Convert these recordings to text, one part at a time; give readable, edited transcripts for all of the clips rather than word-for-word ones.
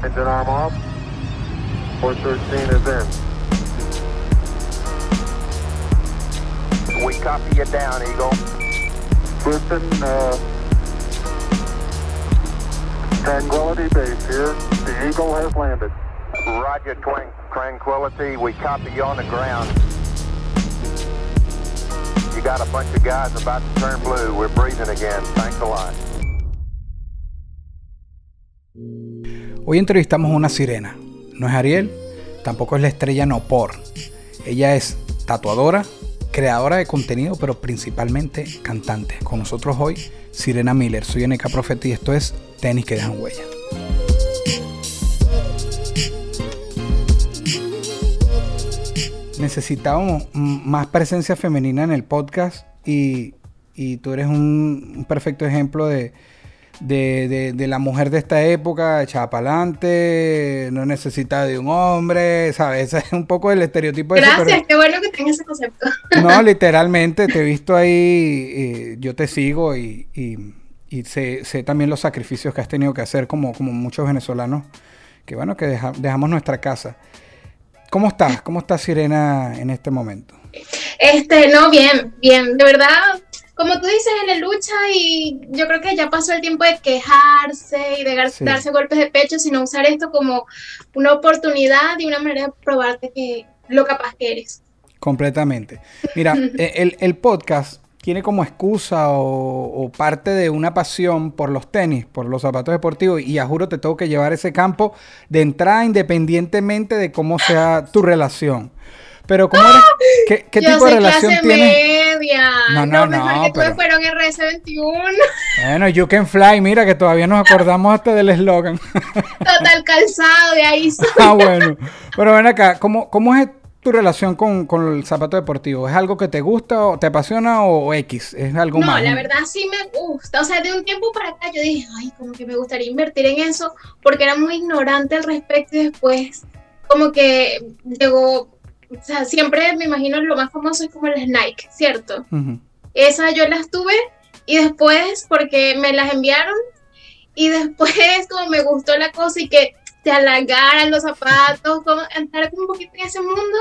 Engine arm off. 413 is in. We copy you down, Eagle. Houston, Tranquility Base here. The Eagle has landed. Roger, Tranquility. We copy you on the ground. You got a bunch of guys about to turn blue. We're breathing again. Thanks a lot. Hoy entrevistamos a una sirena. No es Ariel, tampoco es la estrella Nopor. Ella es tatuadora, creadora de contenido, pero principalmente cantante. Con nosotros hoy, Sirena Miller. Soy NK Profeta y esto es Tenis que dejan huella. Necesitábamos más presencia femenina en el podcast y tú eres un perfecto ejemplo de la mujer de esta época, echada para adelante, no necesita de un hombre, ¿sabes? Ese es un poco el estereotipo de eso. Gracias, qué bueno que tengas ese concepto. No, literalmente, te he visto ahí, yo te sigo y sé también los sacrificios que has tenido que hacer como muchos venezolanos, que bueno, que dejamos nuestra casa. ¿Cómo estás? ¿Cómo está Sirena en este momento? No, bien, de verdad, como tú dices, en la lucha, y yo creo que ya pasó el tiempo de quejarse y de darse golpes de pecho, sino usar esto como una oportunidad y una manera de probarte que lo capaz que eres. Completamente. Mira, el podcast tiene como excusa o parte de una pasión por los tenis, por los zapatos deportivos, y a juro te tengo que llevar ese campo de entrada independientemente de cómo sea tu relación. Pero ¿cómo eres? ¿Qué tipo de relación tienes? Media. No, mejor que tú fueron RS21. Bueno, You Can Fly, mira que todavía nos acordamos hasta del eslogan. Total calzado de ahí. Bueno. Pero ven acá, ¿cómo es tu relación con el zapato deportivo? ¿Es algo que te gusta o te apasiona o X? ¿Es algo más? No, la verdad sí me gusta. O sea, de un tiempo para acá yo dije, ay, como que me gustaría invertir en eso, porque era muy ignorante al respecto, y después como que llegó. O sea, siempre me imagino lo más famoso es como las Nike, ¿cierto? Uh-huh. Esa yo las tuve y después porque me las enviaron y después como me gustó la cosa y que te halagaran los zapatos, como entrar un poquito en ese mundo.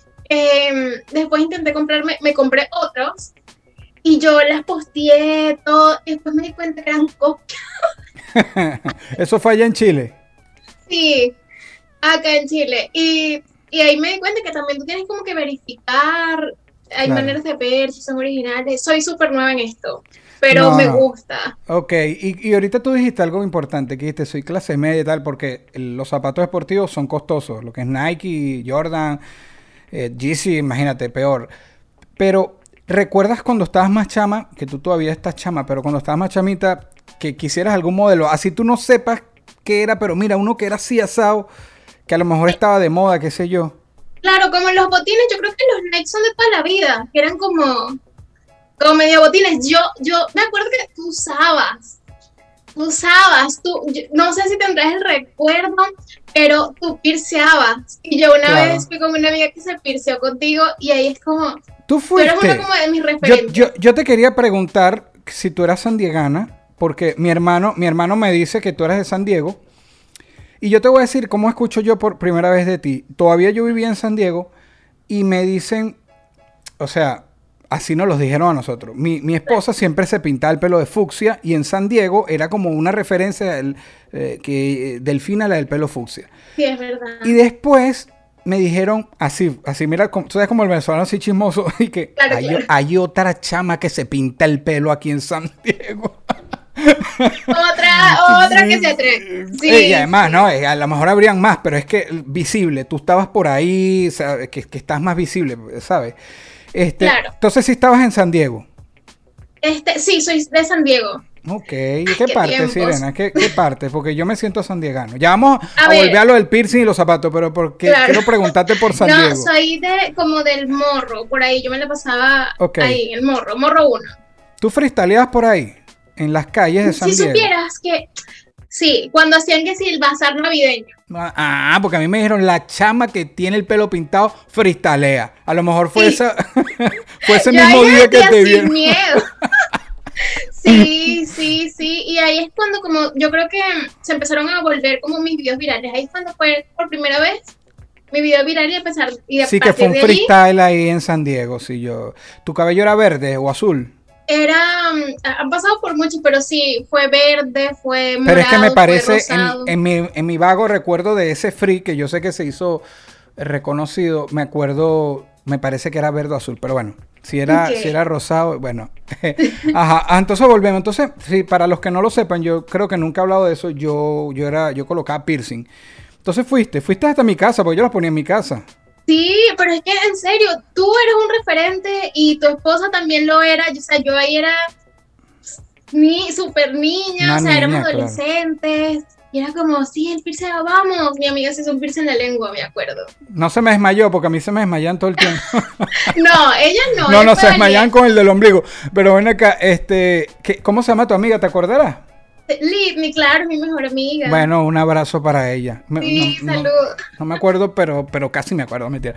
Después me compré otros y yo las posteé todo y después me di cuenta que eran copias. ¿Eso fue allá en Chile? Sí, acá en Chile. Y ahí me di cuenta que también tú tienes como que verificar, hay maneras de ver si son originales. Soy súper nueva en esto, pero me gusta. Ok, y ahorita tú dijiste algo importante, que dijiste, soy clase media y tal, porque los zapatos deportivos son costosos, lo que es Nike, Jordan, Yeezy, imagínate, peor. Pero, ¿recuerdas cuando estabas más chama, que tú todavía estás chama, pero cuando estabas más chamita, que quisieras algún modelo, así tú no sepas qué era, pero mira, uno que era así asado, que a lo mejor estaba de moda, qué sé yo? Claro, como los botines, yo creo que los Nike son de toda la vida, que eran como medio botines. Yo me acuerdo que tú usabas, no sé si tendrás el recuerdo, pero tú pirceabas. Y yo una vez fui con una amiga que se pirceó contigo y ahí es como... Tú fuiste. Tú eres una como de mis referentes. Yo te quería preguntar si tú eras sandiegana, porque mi hermano me dice que tú eres de San Diego. Y yo te voy a decir cómo escucho yo por primera vez de ti. Todavía yo vivía en San Diego y me dicen, o sea, así nos los dijeron a nosotros. Mi esposa siempre se pintaba el pelo de fucsia y en San Diego era como una referencia Delfina, la del pelo fucsia. Sí, es verdad. Y después me dijeron así, mira, tú sabes como el venezolano así chismoso, y que claro. Hay otra chama que se pinta el pelo aquí en San Diego. Otra que se atreve. Sí. Y además, no, a lo mejor habrían más, pero es que visible, tú estabas por ahí, o sea, que estás más visible, ¿sabes? Claro. Entonces sí estabas en San Diego. Sí, soy de San Diego. Ok, ¿qué parte, tiempos. Sirena? ¿Qué parte? Porque yo me siento sandiegano. Ya vamos a volver a lo del piercing y los zapatos, pero porque quiero preguntarte por San Diego. No, soy como del Morro, por ahí, yo me la pasaba ahí, el Morro 1. ¿Tú freestyleabas por ahí? En las calles de San Diego. Si supieras que... Sí, cuando hacían que sí, el bazar navideño. Porque a mí me dijeron, la chama que tiene el pelo pintado freestalea. A lo mejor fue ese mismo día que te vieron. Sin miedo. Sí, sí, sí, y ahí es cuando como yo creo que se empezaron a volver como mis videos virales, ahí es cuando fue por primera vez mi video viral y a Sí, que fue partir un de allí freestyle ahí en San Diego, sí, yo. ¿Tu cabello era verde o azul? han pasado por muchos, pero sí, fue verde, fue Pero es que me morado, fue parece, rosado. en mi vago recuerdo de ese free, que yo sé que se hizo reconocido, me acuerdo, me parece que era verde o azul, pero bueno, si Ok. era rosado, bueno. Ajá, entonces volvemos. Entonces, sí, para los que no lo sepan, yo creo que nunca he hablado de eso, yo colocaba piercing. Entonces fuiste hasta mi casa, porque yo los ponía en mi casa. Sí, pero es que en serio, tú eres un referente y tu esposa también lo era. O sea, yo ahí era súper niña, Una o sea, éramos niña, claro. adolescentes. Y era como, sí, el piercing, vamos. Mi amiga se hizo un piercing en la lengua, me acuerdo. No se me desmayó, porque a mí se me desmayan todo el tiempo. No, ella no. No, ella se fue desmayan con el del ombligo. Pero ven acá, ¿cómo se llama tu amiga? ¿Te acordarás? Lidney, claro, es mi mejor amiga. Bueno, un abrazo para ella. Sí, saludos. No me acuerdo, pero casi me acuerdo, mentira.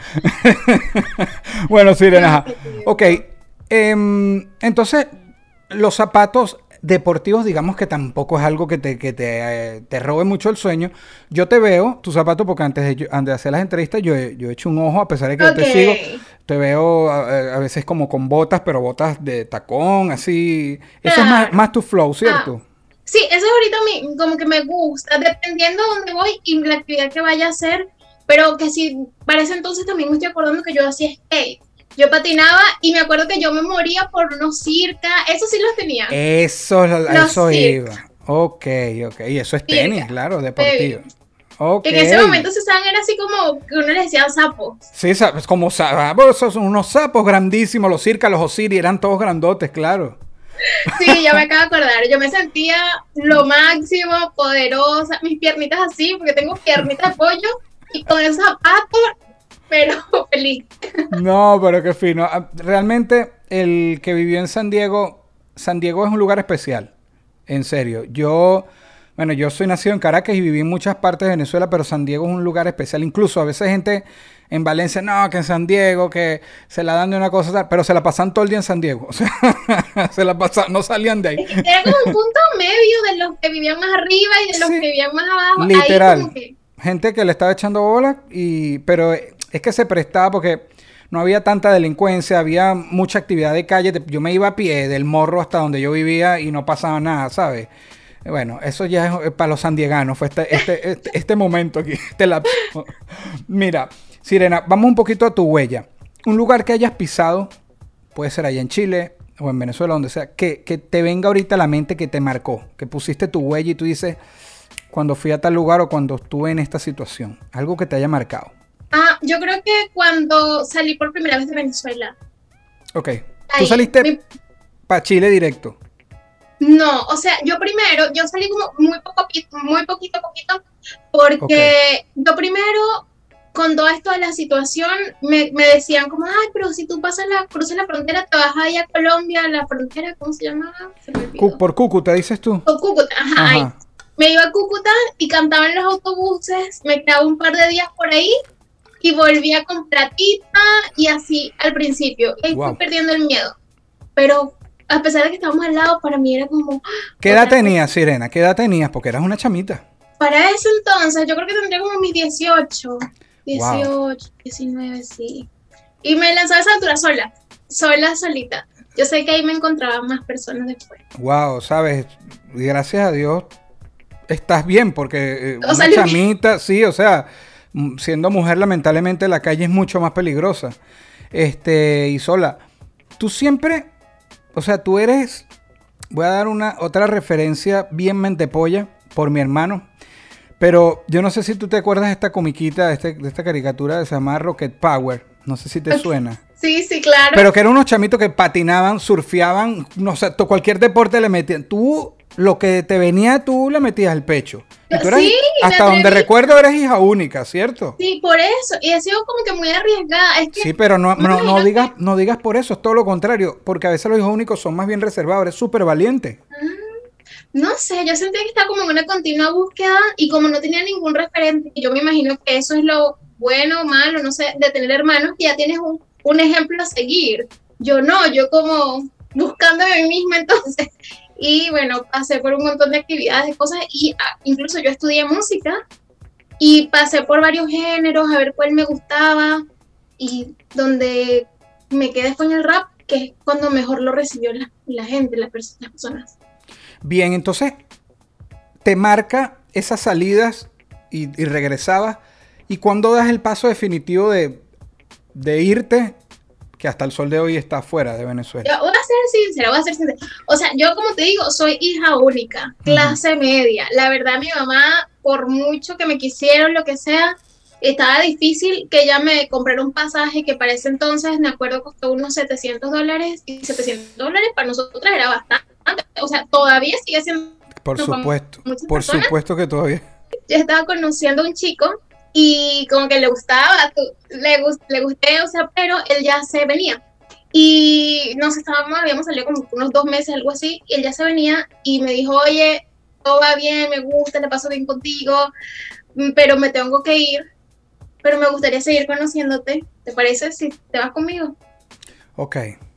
Bueno, Sirena, ajá. Ok, entonces, los zapatos deportivos, digamos que tampoco es algo que te robe mucho el sueño. Yo te veo, tus zapatos, porque antes de hacer las entrevistas, yo he hecho un ojo, a pesar de que yo te sigo. Te veo a veces como con botas, pero botas de tacón, así. Eso es más tu flow, ¿cierto? Sí, eso es ahorita como que me gusta, dependiendo de dónde voy y la actividad que vaya a hacer, pero que sí, para ese entonces también me estoy acordando que yo hacía skate. Yo patinaba y me acuerdo que yo me moría por unos circa, eso sí los tenía. Eso circa. iba. Ok. Y eso es tenis, Circa. claro, deportivo. Ok. Que en ese momento se usaban, era así como que uno les decía sapos. Sí, como sapos, esos son unos sapos grandísimos, los circa, los Osiris, eran todos grandotes, claro. Sí, ya me acabo de acordar. Yo me sentía lo máximo, poderosa, mis piernitas así, porque tengo piernitas de pollo y con esos zapatos, pero feliz. No, pero qué fino. Realmente, el que vivió en San Diego es un lugar especial. En serio. Yo soy nacido en Caracas y viví en muchas partes de Venezuela, pero San Diego es un lugar especial. Incluso a veces gente en Valencia, no, que en San Diego, que se la dan de una cosa tal, pero se la pasan todo el día en San Diego. O sea, no salían de ahí. Era como un punto medio de los que vivían más arriba y de los que vivían más abajo. Literal. Ahí como que... Gente que le estaba echando bola, pero es que se prestaba porque no había tanta delincuencia, había mucha actividad de calle. Yo me iba a pie del Morro hasta donde yo vivía y no pasaba nada, ¿sabes? Bueno, eso ya es para los sandieganos, fue este momento aquí, este lapso. Mira, Sirena, vamos un poquito a tu huella. Un lugar que hayas pisado, puede ser allá en Chile o en Venezuela, donde sea, que te venga ahorita a la mente, que te marcó, que pusiste tu huella y tú dices, cuando fui a tal lugar o cuando estuve en esta situación, algo que te haya marcado. Yo creo que cuando salí por primera vez de Venezuela. Ok, tú saliste para Chile directo. No, o sea, yo salí como muy poquito, porque yo primero, con todo esto de la situación, me decían como, ay, pero si tú cruzas la frontera, te vas ahí a Colombia, la frontera, ¿cómo se llama? Se me olvidó. Por Cúcuta, dices tú. Por Cúcuta, ajá. Ahí. Me iba a Cúcuta y cantaba en los autobuses, me quedaba un par de días por ahí y volví a con platita y así al principio. Y ahí fui perdiendo el miedo. Pero a pesar de que estábamos al lado, para mí era como... ¿Qué edad tenías, Sirena? ¿Qué edad tenías? Porque eras una chamita. Para ese entonces, yo creo que tendría como mis 18, 19, sí. Y me lanzaba a esa altura solita. Yo sé que ahí me encontraba más personas después. Wow, sabes, gracias a Dios estás bien, porque una chamita, sí, o sea, siendo mujer, lamentablemente la calle es mucho más peligrosa. Y sola. Tú siempre... O sea, tú eres, voy a dar otra referencia bien mentepolla por mi hermano, pero yo no sé si tú te acuerdas de esta comiquita, de esta caricatura que se llama Rocket Power, no sé si te suena. Sí, claro. Pero que eran unos chamitos que patinaban, surfeaban, no sé, cualquier deporte le metían. Tú, lo que te venía, tú le metías al pecho. Y tú eras, hasta donde recuerdo, eres hija única, ¿cierto? Sí, por eso. Y he sido como que muy arriesgada. Es que sí, pero no digas por eso, es todo lo contrario. Porque a veces los hijos únicos son más bien reservados, eres súper valiente. No sé, yo sentía que estaba como en una continua búsqueda y como no tenía ningún referente, yo me imagino que eso es lo bueno o malo, no sé, de tener hermanos, que ya tienes un ejemplo a seguir. Yo como buscándome a mí misma entonces. Y bueno, pasé por un montón de actividades, de cosas, y incluso yo estudié música y pasé por varios géneros a ver cuál me gustaba, y donde me quedé fue en el rap, que es cuando mejor lo recibió la gente, las personas. Bien, entonces te marca esas salidas y regresabas. ¿Y cuándo das el paso definitivo de irte, que hasta el sol de hoy está fuera de Venezuela? Yo voy a ser sincera. O sea, yo como te digo, soy hija única, clase media. La verdad, mi mamá, por mucho que me quisieron, lo que sea, estaba difícil que ella me comprara un pasaje que para ese entonces, me acuerdo, costó unos $700, y $700 para nosotros era bastante. O sea, todavía sigue siendo... Por supuesto que todavía. Yo estaba conociendo a un chico y como que le gustaba, le gusté, o sea, pero él ya se venía. Y habíamos salido como unos 2 meses, algo así, y él ya se venía y me dijo, oye, todo va bien, me gusta, le paso bien contigo, pero me tengo que ir, pero me gustaría seguir conociéndote. ¿Te parece si te vas conmigo? Ok.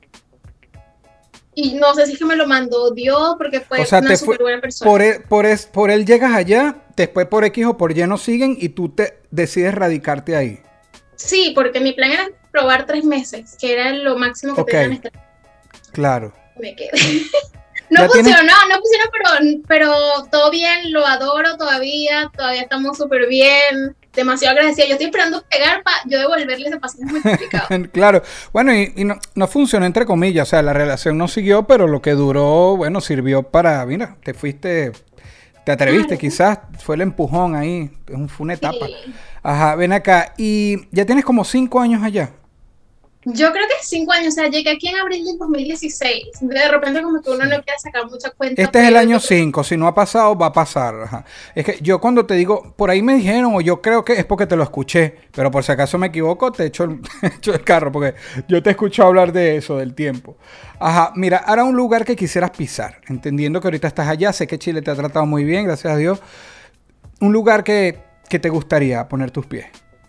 Y no sé si es que me lo mandó Dios, porque fue una súper buena persona. Por él llegas allá, después por X o por Y no siguen y tú te decides radicarte ahí. Sí, porque mi plan era probar 3 meses, que era lo máximo que tenían estar. Claro. Me quedé. No funcionó, pero todo bien, lo adoro todavía estamos súper bien, demasiado agradecida. Yo estoy esperando pegar para yo devolverle ese pasaje multiplicado. Claro, bueno, y no funcionó entre comillas, o sea, la relación no siguió, pero lo que duró, bueno, sirvió para, mira, te fuiste, te atreviste, quizás fue el empujón ahí, fue una etapa. Sí. Ajá, ven acá, y ya tienes como 5 años allá. Yo creo que 5 años, o sea, llegué aquí en abril del 2016. De repente como que uno no quiere sacar mucha cuenta. Este es el año 5, si no ha pasado, va a pasar. Ajá. Es que yo cuando te digo, por ahí me dijeron, o yo creo que es porque te lo escuché, pero por si acaso me equivoco, te echo el carro, porque yo te escucho hablar de eso, del tiempo. Ajá, mira, ahora un lugar que quisieras pisar, entendiendo que ahorita estás allá, sé que Chile te ha tratado muy bien, gracias a Dios. Un lugar que te gustaría poner tus pies.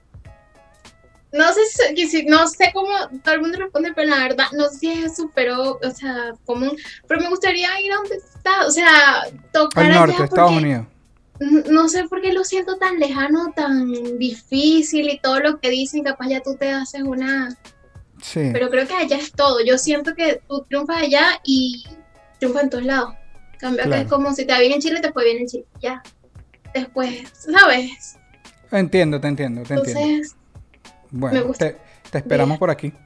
No sé cómo todo el mundo responde, pero la verdad, no sé si es súper, o sea, común, pero me gustaría ir a donde está, o sea, tocar al norte, allá Estados Unidos. No sé por qué lo siento tan lejano, tan difícil y todo lo que dicen, capaz ya tú te haces una... Sí. Pero creo que allá es todo, yo siento que tú triunfas allá y triunfas en todos lados. Cambio claro. Que es como si te va bien en Chile, te fue bien en Chile, ya. Después, ¿sabes? Te entiendo. Entonces... Bueno, te esperamos por aquí.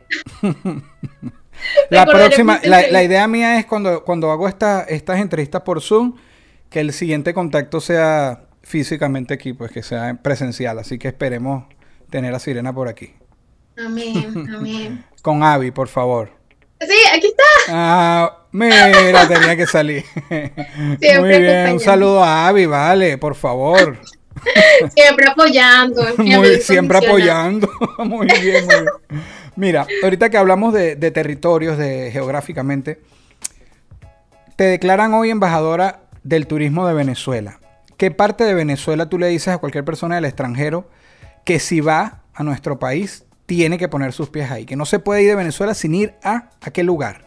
La próxima, la idea mía es cuando hago estas entrevistas por Zoom, que el siguiente contacto sea físicamente aquí, pues que sea presencial. Así que esperemos tener a Sirena por aquí. Amén. Con Abby, por favor. Sí, aquí está. Mira, tenía que salir. Muy bien, un saludo a Abby, vale, por favor. Siempre apoyando. Siempre apoyando. Muy bien. Mira, ahorita que hablamos de territorios, geográficamente, te declaran hoy embajadora del turismo de Venezuela. ¿Qué parte de Venezuela tú le dices a cualquier persona del extranjero que si va a nuestro país tiene que poner sus pies ahí? Que no se puede ir de Venezuela sin ir ¿a qué lugar?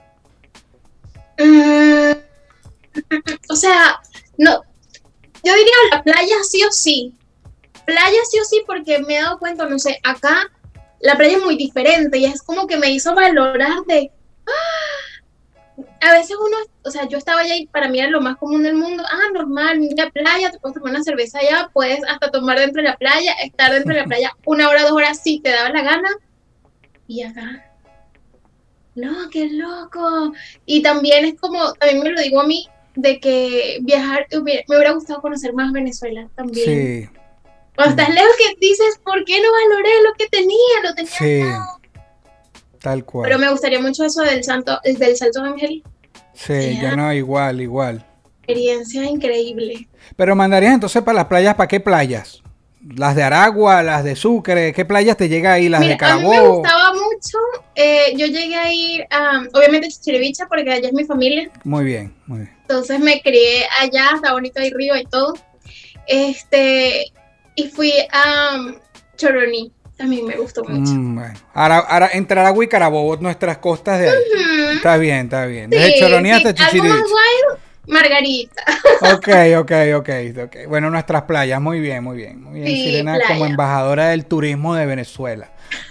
O sea, no. Yo diría la playa sí o sí. Playa sí o sí, porque me he dado cuenta, no sé, acá la playa es muy diferente y es como que me hizo valorar de... A veces uno, o sea, yo estaba allá y para mí era lo más común del mundo. Normal, mira playa, te puedes tomar una cerveza allá, puedes hasta tomar dentro de la playa, estar dentro de la playa 1 hora, 2 horas si te daba la gana. Y acá, no, qué loco. Y también es como, también me lo digo a mí, de que viajar, me hubiera gustado conocer más Venezuela también. Sí. Cuando estás lejos que dices, ¿por qué no valoré lo que tenía? Lo tenía sí. Tal cual. Pero me gustaría mucho eso del Salto Ángel. Sí, ya no, igual. Experiencia increíble. Pero mandarías entonces para las playas, ¿para qué playas? Las de Aragua, las de Sucre, ¿qué playas te llega ahí? Las de Carabobo. A mí me gustaba mucho, yo llegué a ir, obviamente Chichirivicha, porque allá es mi familia. Muy bien. Entonces me crié allá, está bonito ahí río y todo. Y fui a Choroní. también me gustó mucho. Bueno. Ahora entrará a Guicarabobo, nuestras costas de ahí. Ujú. Está bien, está bien. Sí, Desde Choroní hasta algo más Chichiriviche. guay, Margarita. Ok. Bueno, nuestras playas, muy bien, muy bien. Muy bien, Sí, Sirena, playa. como embajadora del turismo de Venezuela.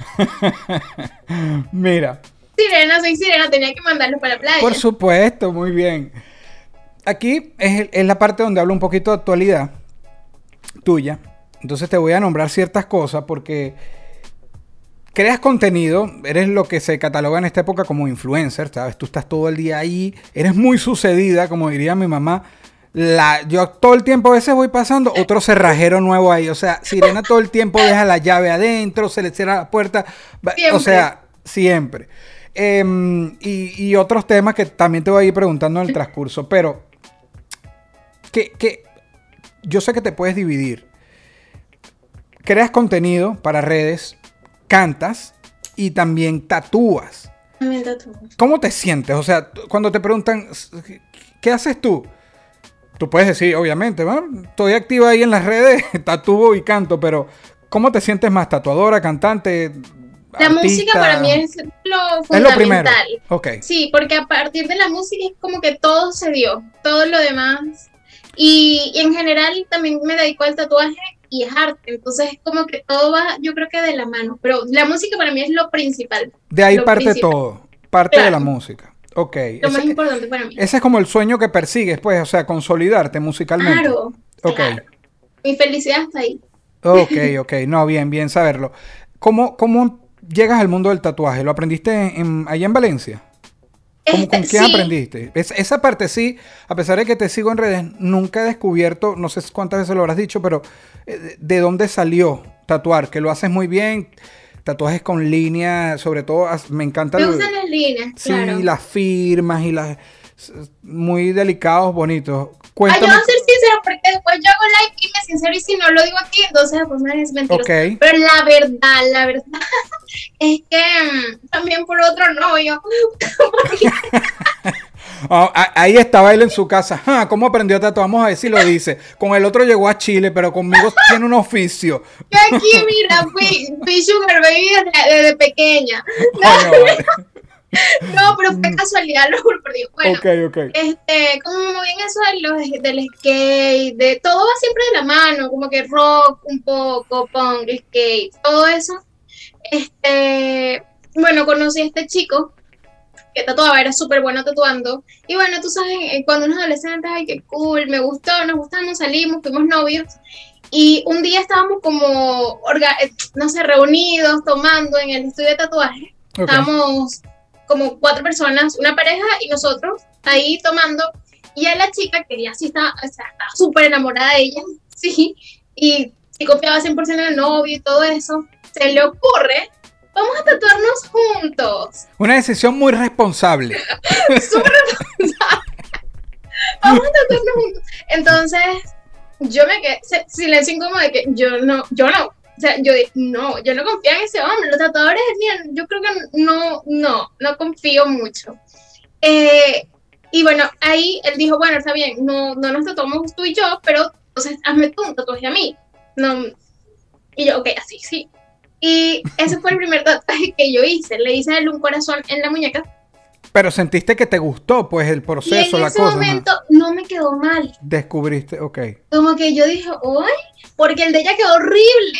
Mira, Soy sirena, tenía que mandarlo para la playa. por supuesto, muy bien. Aquí es la parte donde hablo un poquito de actualidad tuya. Entonces te voy a nombrar ciertas cosas porque creas contenido, eres lo que se cataloga en esta época como influencer, ¿sabes? Tú estás todo el día ahí, eres muy sucedida, como diría mi mamá. Yo todo el tiempo a veces voy pasando otro cerrajero nuevo ahí. O sea, Sirena todo el tiempo deja la llave adentro, se le cierra la puerta. Siempre. O sea, siempre. Y otros temas que también te voy a ir preguntando en el transcurso. Pero, yo sé que te puedes dividir. Creas contenido para redes, cantas y también tatúas. Me tatúo. ¿Cómo te sientes? O sea, cuando te preguntan, ¿qué haces tú? Tú puedes decir, obviamente, bueno, estoy activa ahí en las redes, tatúo y canto, pero ¿cómo te sientes más? ¿Tatuadora, cantante, La artista? música para mí es lo Es fundamental. lo primero. Ok. Sí, porque a partir de la música es como que todo se dio, todo lo demás. Y en general también me dedico al tatuaje y es arte, entonces es como que todo va, yo creo que de la mano, pero la música para mí es lo principal. De ahí Lo parte principal. todo, parte de Claro. la música. Ok. Lo más importante para mí. Ese es como el sueño que persigues, pues, o sea, consolidarte musicalmente. Claro, Ok. claro. Mi felicidad está ahí. Ok. No, bien saberlo. ¿Cómo llegas al mundo del tatuaje? ¿Lo aprendiste allá en Valencia? ¿Con quién Sí, aprendiste? Esa parte sí, a pesar de que te sigo en redes, nunca he descubierto, no sé cuántas veces lo habrás dicho, pero ¿de dónde salió tatuar? Que lo haces muy bien, tatuajes con líneas, sobre todo me encanta me gustan las líneas, sí, claro. las firmas y las muy delicados, bonitos. Yo Cuéntame. voy a ser sincera porque después yo hago live y me sincero y si no lo digo aquí, entonces pues me es mentiroso. Ok. Pero la verdad es que también por otro novio. Ahí estaba él en su casa. ¿Cómo aprendió a tatuar? Vamos a ver si lo dice. Con el otro llegó a Chile, pero conmigo tiene un oficio. Yo aquí, mira, fui sugar baby desde pequeña. Coño, vale. No, pero fue casualidad, lo juro por Dios. Bueno, Ok. como me moví en eso del skate, de todo va siempre de la mano, como que rock un poco, punk, skate, todo eso. Bueno, conocí a este chico que tatuaba, era súper bueno tatuando. Y bueno, tú sabes, cuando uno es adolescente, ay, qué cool, me gustó, nos gustamos, salimos, fuimos novios. Y un día estábamos como, no sé, reunidos, tomando en el estudio de tatuaje. Ok. Estábamos como 4 personas, una pareja y nosotros ahí tomando. Y a la chica, que ya sí estaba súper enamorada de ella, sí, y sí confiaba 100% en el novio y todo eso, se le ocurre, vamos a tatuarnos juntos. Una decisión muy responsable. Súper responsable. Vamos a tatuarnos juntos. Entonces, yo me quedé silencio incómodo de que yo no. O sea, yo dije, no, yo no confío en ese hombre. Los tatuadores, yo creo que no confío mucho. Y bueno, ahí él dijo, bueno, está bien, no nos tatuamos tú y yo, pero entonces hazme tú un tatuaje a mí. No. Y yo, ok, así, sí. Y ese fue el primer tatuaje que yo hice. Le hice a él un corazón en la muñeca. Pero sentiste que te gustó, pues, el Y proceso, en la ese cosa. momento no me quedó mal. Descubriste, ok. Como que yo dije, ¡ay! Porque el de ella quedó horrible.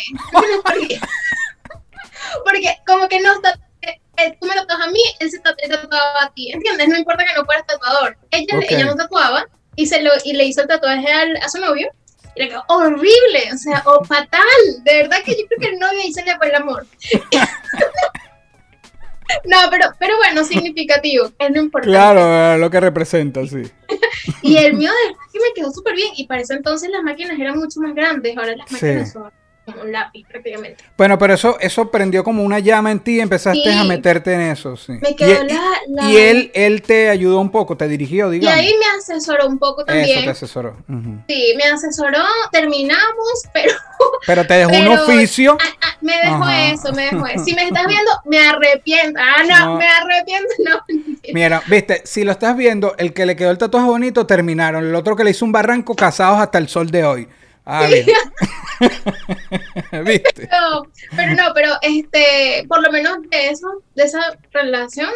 Porque como que tú me tatuas a mí, él se tatuaba a ti, ¿entiendes? No importa que no fueras tatuador. Ella no tatuaba y le hizo el tatuaje a su novio y le quedó horrible, o sea, fatal. De verdad que yo creo que el novio ahí se le fue el amor. No, pero bueno, significativo, es lo importante. Claro, lo que representa, sí. Y el mío de verdad que me quedó súper bien. Y para eso entonces las máquinas eran mucho más grandes. Ahora las máquinas son como un lápiz prácticamente. Bueno, pero eso prendió como una llama en ti y empezaste Sí. a meterte en eso, sí. Me quedó Y él te ayudó un poco, te dirigió, Y digamos. ahí me asesoró un poco Eso también. te asesoró. Ujú. Sí, me asesoró, terminamos, pero Pero te dejó un Pero- oficio. me dejó Ajá. eso. Si me estás viendo, me arrepiento. No. Me arrepiento, no. Mira, viste, si lo estás viendo, el que le quedó el tatuaje bonito terminaron. El otro que le hizo un barranco, casados hasta el sol de hoy. Ah, bien. ¿Viste? Pero por lo menos de esa relación,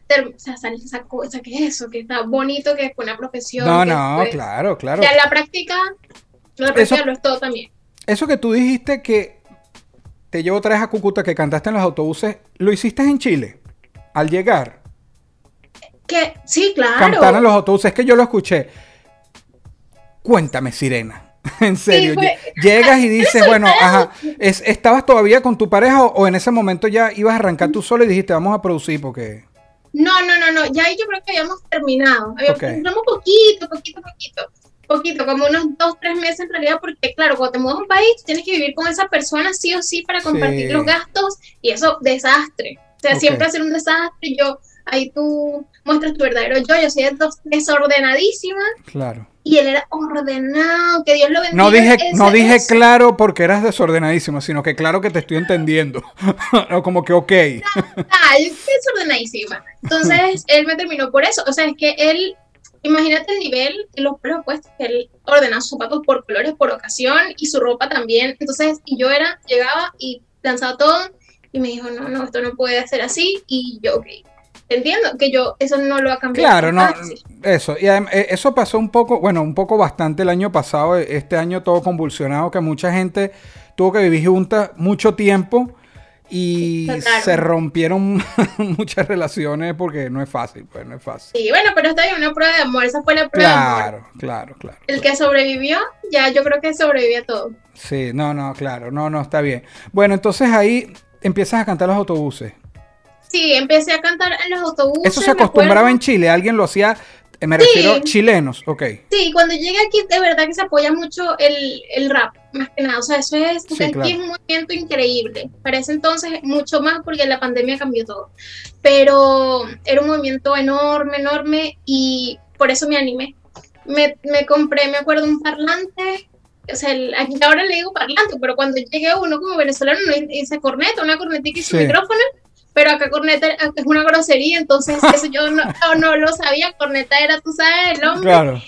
saqué eso, que está bonito, que fue una profesión. No, claro. Ya la práctica lo es todo también. Eso que tú dijiste que te llevo otra vez a Cúcuta, que cantaste en los autobuses, ¿lo hiciste en Chile? Al llegar. Que sí, claro. Cantar en los autobuses, es que yo lo escuché. Cuéntame, Sirena. En serio, Sí, llegas y dices, bueno, ajá, ¿estabas todavía con tu pareja o en ese momento ya ibas a arrancar tú solo y dijiste, vamos a producir porque... No, ya ahí yo creo que habíamos terminado. Terminamos poquito, como unos 2-3 meses en realidad, porque claro, cuando te mudas a un país, tienes que vivir con esa persona sí o sí para compartir los gastos, y eso, desastre. O sea, siempre hacer un desastre. Ahí tú muestras tu verdadero yo soy desordenadísima. Claro. Y él era ordenado, que Dios lo bendiga. No dije claro porque eras desordenadísimo, sino que claro que te estoy entendiendo. No, como que ok. Yo soy desordenadísima. Entonces, él me terminó por eso. O sea, es que él, imagínate el nivel, los presupuestos, que él ordenaba sus zapatos por colores, por ocasión, y su ropa también. Entonces, y yo llegaba y lanzaba todo, y me dijo, no, esto no puede ser así, y yo, ok. Entiendo que eso no lo ha cambiado. Claro, no, eso. Y además, eso pasó un poco bastante el año pasado. Este año todo convulsionado, que mucha gente tuvo que vivir juntas mucho tiempo y se rompieron muchas relaciones porque no es fácil, pues no es fácil. Sí, bueno, pero está bien, una prueba de amor. Esa fue la prueba de amor. Claro. El que sobrevivió, ya yo creo que sobrevivió a todo. Sí, claro, no, está bien. Bueno, entonces ahí empiezas a cantar los autobuses. Sí, empecé a cantar en los autobuses. ¿Eso se acostumbraba en Chile? ¿Alguien lo hacía? Me refiero chilenos, ok. Sí, cuando llegué aquí, de verdad que se apoya mucho el rap, más que nada. O sea, eso es, aquí es un movimiento increíble. Para ese entonces, mucho más, porque la pandemia cambió todo. Pero era un movimiento enorme, y por eso me animé. Me compré, me acuerdo, un parlante. O sea, aquí ahora le digo parlante, pero cuando llegué uno como venezolano, no dice corneta, una cornetita y su micrófono. Pero acá corneta es una grosería, entonces eso yo no lo sabía. Corneta era, tú sabes, el hombre. Claro.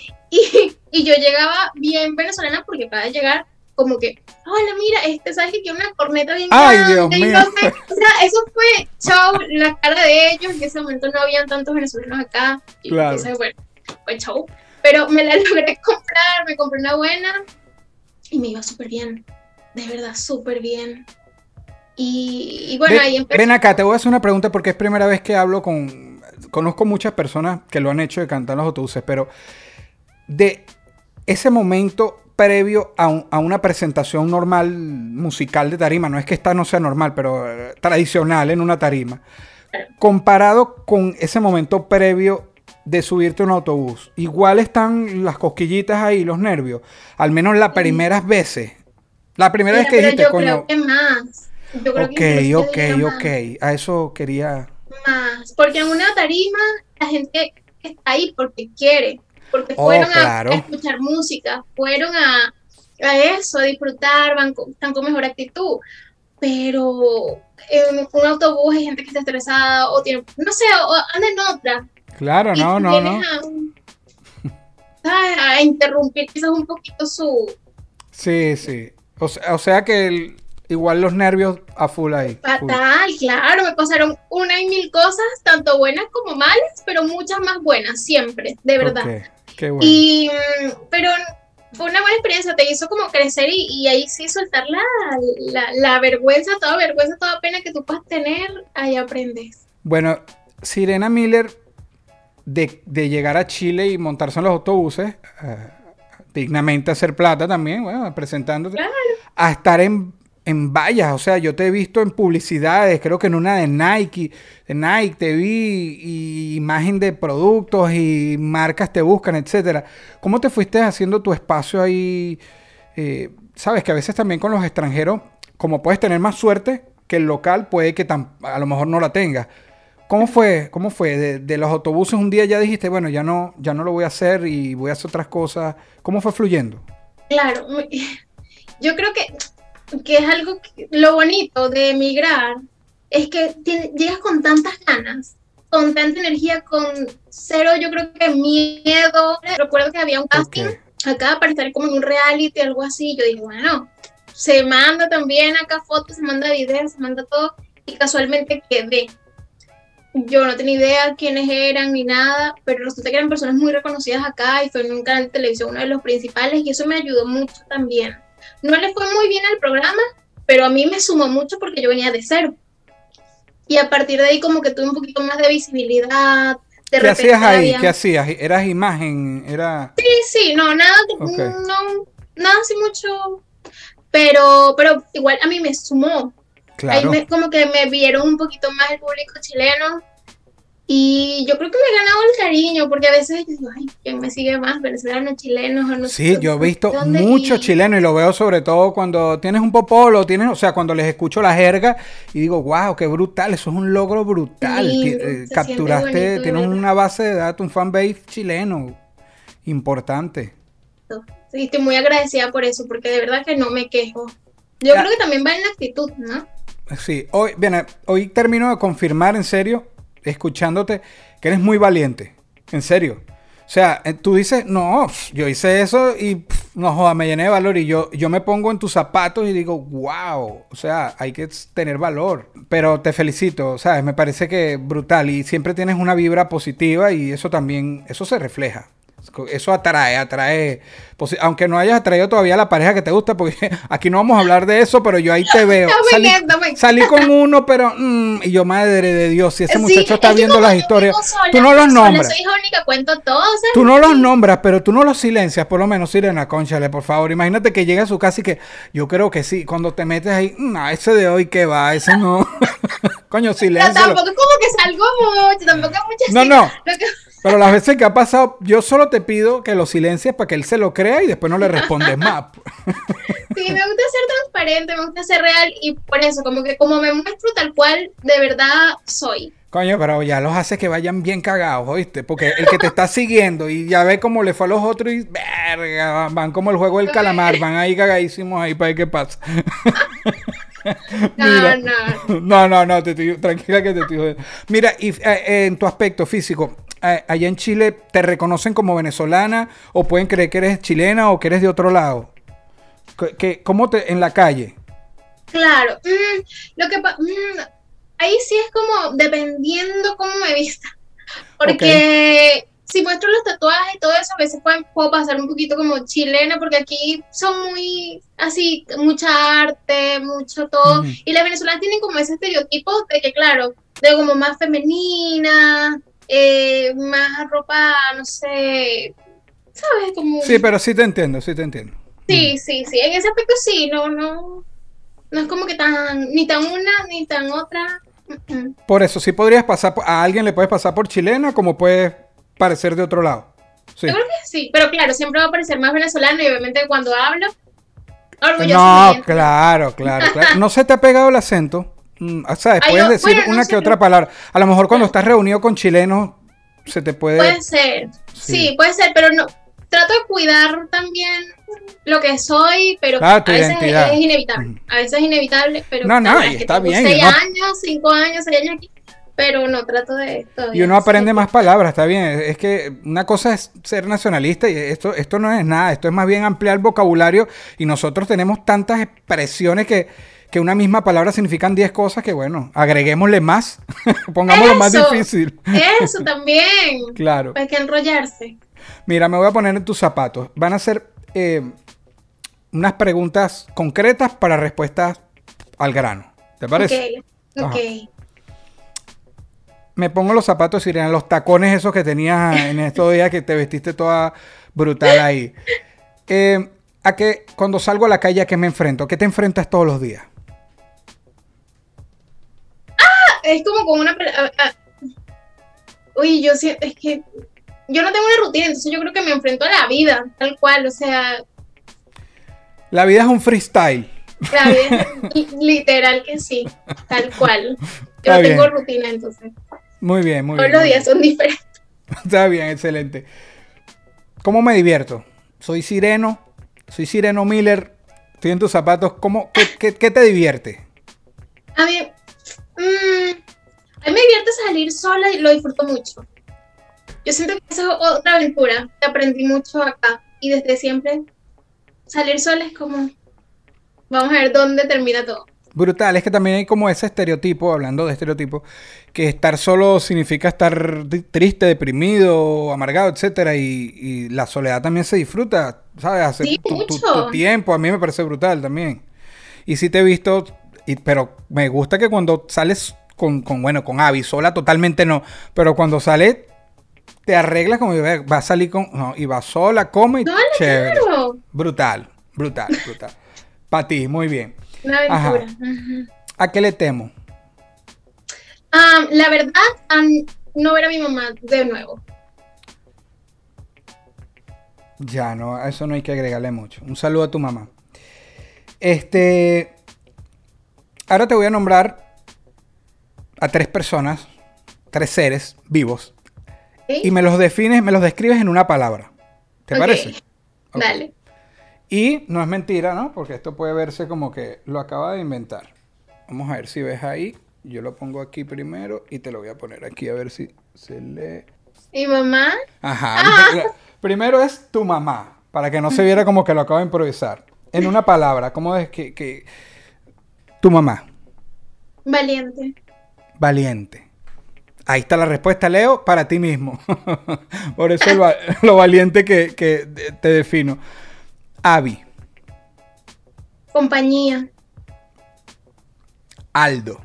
Y yo llegaba bien venezolana porque para llegar como que, hola, mira, ¿sabes que tiene una corneta bien grande? Ay, Dios mío. Entonces, o sea, eso fue show, la cara de ellos. En ese momento no habían tantos venezolanos acá. Y claro. Entonces, bueno, fue show. Pero me la logré comprar, me compré una buena y me iba súper bien. De verdad, súper bien. Y bueno, ahí empecé. Ven acá, te voy a hacer una pregunta porque es primera vez que hablo conozco muchas personas que lo han hecho de cantar en los autobuses, pero de ese momento previo a una presentación normal musical de tarima, no es que esta no sea normal, pero tradicional en una tarima, comparado con ese momento previo de subirte a un autobús, igual están las cosquillitas ahí, los nervios, al menos las primeras veces. La primera vez que dijiste, yo coño. Creo que más. Yo creo Ok. A eso quería. Más. Porque en una tarima la gente está ahí porque quiere. Porque fueron a escuchar música, fueron a eso, a disfrutar, están con mejor actitud. Pero en un autobús hay gente que está estresada o tiene, no sé, o anda en otra. Claro, no. A interrumpir quizás un poquito su... Sí. O sea que igual los nervios a full ahí. Fatal, claro, me pasaron una y mil cosas, tanto buenas como malas, pero muchas más buenas, siempre, de verdad. Okay, qué bueno. Pero fue una buena experiencia, te hizo como crecer y ahí sí soltar la vergüenza, toda pena que tú puedas tener, ahí aprendes. Bueno, Sirena Miller, de llegar a Chile y montarse en los autobuses, dignamente hacer plata también, bueno, presentándote, claro, a estar en vallas, o sea, yo te he visto en publicidades, creo que en una de Nike te vi, y imagen de productos y marcas te buscan, etcétera. ¿Cómo te fuiste haciendo tu espacio ahí? Sabes que a veces también con los extranjeros, como puedes tener más suerte que el local, puede que a lo mejor no la tengas. ¿Cómo fue? De los autobuses un día ya dijiste, bueno, ya no lo voy a hacer y voy a hacer otras cosas? ¿Cómo fue fluyendo? Claro, yo creo que es algo lo bonito de emigrar es que llegas con tantas ganas, con tanta energía, con cero, yo creo que miedo. Recuerdo que había un casting acá para estar como en un reality, algo así. Yo dije, bueno, se manda también acá fotos, se manda videos, se manda todo, y casualmente quedé. Yo no tenía idea quiénes eran ni nada, pero resulta que eran personas muy reconocidas acá y fue en un canal de televisión uno de los principales y eso me ayudó mucho también. No le fue muy bien al programa, pero a mí me sumó mucho porque yo venía de cero. Y a partir de ahí como que tuve un poquito más de visibilidad. De ¿Qué hacías ahí? había... ¿Qué hacías? ¿Eras imagen? ¿Era...? Sí, no, nada, Okay. no, nada así mucho, pero igual a mí me sumó. Ahí Claro. como que me vieron un poquito más el público chileno y yo creo que me he ganado el cariño porque a veces yo digo, ay, ¿quién me sigue más? Venezolanos, chilenos o no Sí, sé yo he visto dónde. muchos chilenos y lo veo sobre todo cuando tienes un popolo, o sea, cuando les escucho la jerga y digo, wow, qué brutal, eso es un logro brutal. Lindo, se siente Capturaste, bonito, tienes de verdad. una base de datos, un fanbase chileno importante. Sí, estoy muy agradecida por eso porque de verdad que no me quejo. Yo Ah. creo que también va en la actitud, ¿no? Sí, hoy termino de confirmar en serio, escuchándote, que eres muy valiente, en serio. O sea, tú dices, no, yo hice eso y no joda, me llené de valor y yo me pongo en tus zapatos y digo, wow, o sea, hay que tener valor. Pero te felicito, ¿sabes? Me parece que brutal y siempre tienes una vibra positiva y eso también, eso se refleja. Eso atrae, aunque no hayas atraído todavía a la pareja que te gusta, porque aquí no vamos a hablar de eso, pero yo ahí te veo. Salí con uno, pero y yo, madre de Dios, si ese muchacho está viendo las historias, tú no los nombras. Soy hija única, cuento todo. ¿Sabes? Tú no los nombras, pero tú no los silencias, por lo menos, Sirena, cónchale, por favor. Imagínate que llega a su casa y que yo creo que sí, cuando te metes ahí, ese de hoy que va, ese no. Coño, silencio. Pero tampoco es como que salgo mucho, tampoco es mucho No, así. no. Pero las veces que ha pasado, yo solo te pido que lo silencies para que él se lo crea y después no le respondes más. Sí, me gusta ser transparente, me gusta ser real y por eso, como que como me muestro tal cual de verdad soy. Coño, pero ya los hace que vayan bien cagados, ¿oíste? Porque el que te está siguiendo y ya ve cómo le fue a los otros y verga, van como el juego del calamar, van ahí cagadísimos ahí para ver qué pasa. Mira, no, tranquila que te estoy jodiendo. Mira, y en tu aspecto físico, allá en Chile, ¿te reconocen como venezolana o pueden creer que eres chilena o que eres de otro lado? ¿Cómo en la calle? Claro, ahí sí es como dependiendo cómo me vista, porque si muestro los tatuajes y todo eso, a veces puedo pasar un poquito como chilena, porque aquí son muy así, mucha arte, mucho todo, y las venezolanas tienen como ese estereotipo de que, claro, de como más femenina, más ropa, no sé, ¿sabes? Como... Sí, pero sí te entiendo. Sí, en ese aspecto sí, no es como que ni tan una, ni tan otra. Por eso, sí podrías pasar, a alguien le puedes pasar por chilena, como puedes parecer de otro lado. Sí. Yo creo que sí, pero claro, siempre va a parecer más venezolano y obviamente cuando hablo, no, claro. ¿No se te ha pegado el acento? ¿Sabes? Puedes decir una que otra palabra. A lo mejor cuando estás reunido con chilenos, se te puede... Puede ser, sí, puede ser, pero no. Trato de cuidar también lo que soy, pero claro, a veces es inevitable. A veces es inevitable, pero no, y está bien. 6 años, 5 años, 6 años aquí, pero no trato de esto. Y uno aprende más palabras, está bien. Es que una cosa es ser nacionalista y esto no es nada. Esto es más bien ampliar el vocabulario y nosotros tenemos tantas expresiones que una misma palabra significan 10 cosas que, bueno, agreguémosle más. Pongámoslo más difícil. Eso también. Claro. Hay que enrollarse. Mira, me voy a poner en tus zapatos. Van a ser unas preguntas concretas para respuestas al grano. ¿Te parece? Ok. Me pongo los zapatos, Sirena, los tacones esos que tenías en estos días que te vestiste toda brutal ahí. Cuando salgo a la calle, ¿a qué me enfrento? ¿A qué te enfrentas todos los días? Es como con una... Uy, yo siento, es que yo no tengo una rutina, entonces yo creo que me enfrento a la vida, tal cual, o sea... La vida es un freestyle. La vida es literal que sí, tal cual. Yo no tengo rutina, entonces. Muy bien. Todos los días son diferentes. Está bien, excelente. ¿Cómo me divierto? Soy Sireno Miller, estoy en tus zapatos. ¿Qué te divierte? A mí me divierte salir sola y lo disfruto mucho. Yo siento que esa es otra aventura que aprendí mucho acá y desde siempre salir sola es como Vamos a ver dónde termina todo. Brutal, es que también hay como ese estereotipo, hablando de estereotipo, que estar solo significa estar triste, deprimido, amargado, etcétera, y la soledad también se disfruta, ¿sabes? Hacer Sí, tu mucho. tiempo, a mí me parece brutal también. Y sí te he visto, pero me gusta que cuando sales con Abby, sola totalmente no, pero cuando sales te arreglas como y va a salir no, y va sola, come y No, chévere. claro. Brutal, brutal. Para ti, muy bien. Una Ajá. aventura. Ujú. ¿A qué le temo? La verdad, no ver a mi mamá de nuevo. Ya, no, a eso no hay que agregarle mucho. Un saludo a tu mamá. Ahora te voy a nombrar a 3 personas, 3 seres vivos, ¿Sí? y me los describes en una palabra. ¿Te Ok. parece? Ok. Dale. Y no es mentira, ¿no? Porque esto puede verse como que lo acaba de inventar. Vamos a ver si ves ahí. Yo lo pongo aquí primero y te lo voy a poner aquí a ver si se lee. Mi mamá, Ajá. Primero es tu mamá, para que no se viera como que lo acabo de improvisar. En una palabra, ¿cómo es que tu mamá? valiente. Valiente. Ahí está la respuesta, Leo, para ti mismo. Por eso lo valiente que te defino. Abby. Compañía. Aldo.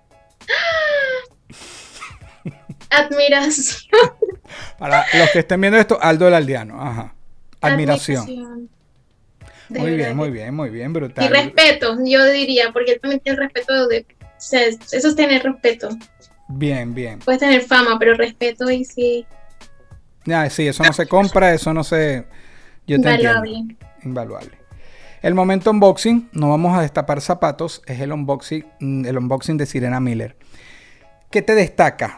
Admiración. Para los que estén viendo esto, Aldo el Aldeano. Ajá. Admiración. De Muy verdad bien, muy bien, muy bien, brutal. Y respeto, yo diría, porque él también tiene respeto de. O sea, eso es tener respeto. Bien, bien. Puedes tener fama, pero respeto y sí. Ya, sí, eso no se compra, eso no se... Yo te Invaluable. entiendo. Invaluable. El momento unboxing, no vamos a destapar zapatos, es el unboxing de Sirena Miller. ¿Qué te destaca?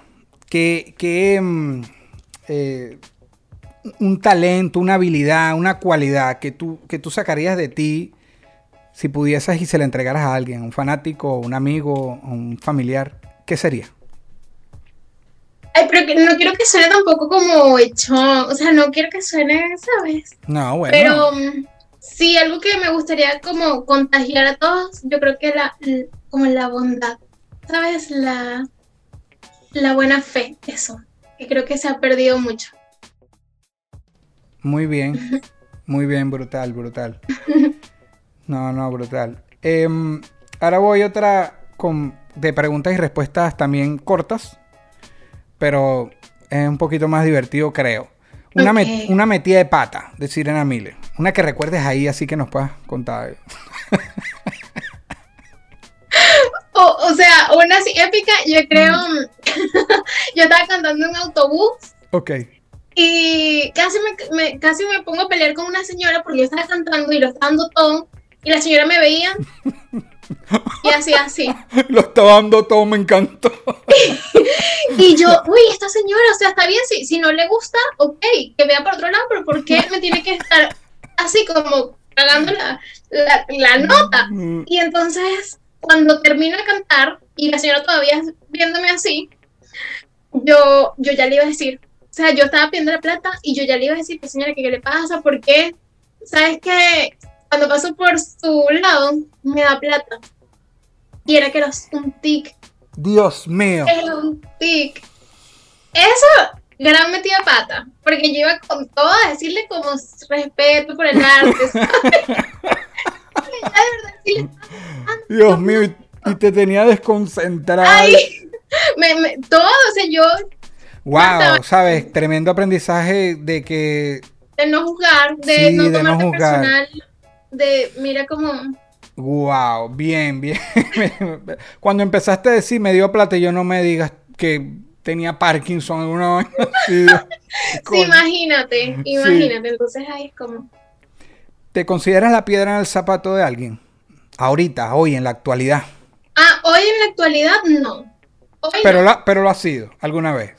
Un talento, una habilidad, una cualidad que tú sacarías de ti si pudieses y se la entregaras a alguien, un fanático, un amigo, un familiar, ¿qué sería? Ay, pero que no quiero que suene tampoco como echón. O sea, no quiero que suene, ¿sabes? No, bueno. Pero sí, algo que me gustaría como contagiar a todos, yo creo que como la bondad, ¿sabes? La buena fe, eso. Que creo que se ha perdido mucho. Muy bien, brutal, brutal. No, brutal. Ahora voy otra de preguntas y respuestas también cortas, pero es un poquito más divertido, creo. Una metida de pata de Sirena Miller. Una que recuerdes ahí, así que nos puedas contar. O sea, una así épica, yo creo. Yo estaba cantando en un autobús. Ok. Y casi me pongo a pelear con una señora porque yo estaba cantando y lo estaba dando todo. Y la señora me veía y hacía así. Lo estaba dando todo, me encantó. Y yo, uy, esta señora, o sea, está bien, si no le gusta, ok, que vea por otro lado, pero ¿por qué me tiene que estar así como cagando la nota? Y entonces, cuando termino de cantar y la señora todavía viéndome así, yo ya le iba a decir, o sea, yo estaba pidiendo la plata y yo ya le iba a decir, pues señora, ¿qué le pasa? ¿Por qué? ¿Sabes qué? Cuando paso por su lado, me da plata. Y era que era un tic. Dios mío. Era un tic. Eso, gran metida de pata. Porque yo iba con todo a decirle como respeto por el arte, ¿sabes? Ya de verdad, sí, Dios mío, y te tenía desconcentrada. ay, todo, o sea, yo Wow, sabes, tremendo aprendizaje de que... de no juzgar, de Sí, no de no tomarte juzgar. personal, de mira como, Wow, bien. Cuando empezaste a decir me dio plata y yo no me digas que tenía Parkinson alguna vaina así. sí, Coño. imagínate, entonces ahí es como, ¿Te consideras la piedra en el zapato de alguien? Ahorita, hoy, en la actualidad. hoy en la actualidad no. Hoy Pero no. pero lo has sido alguna vez.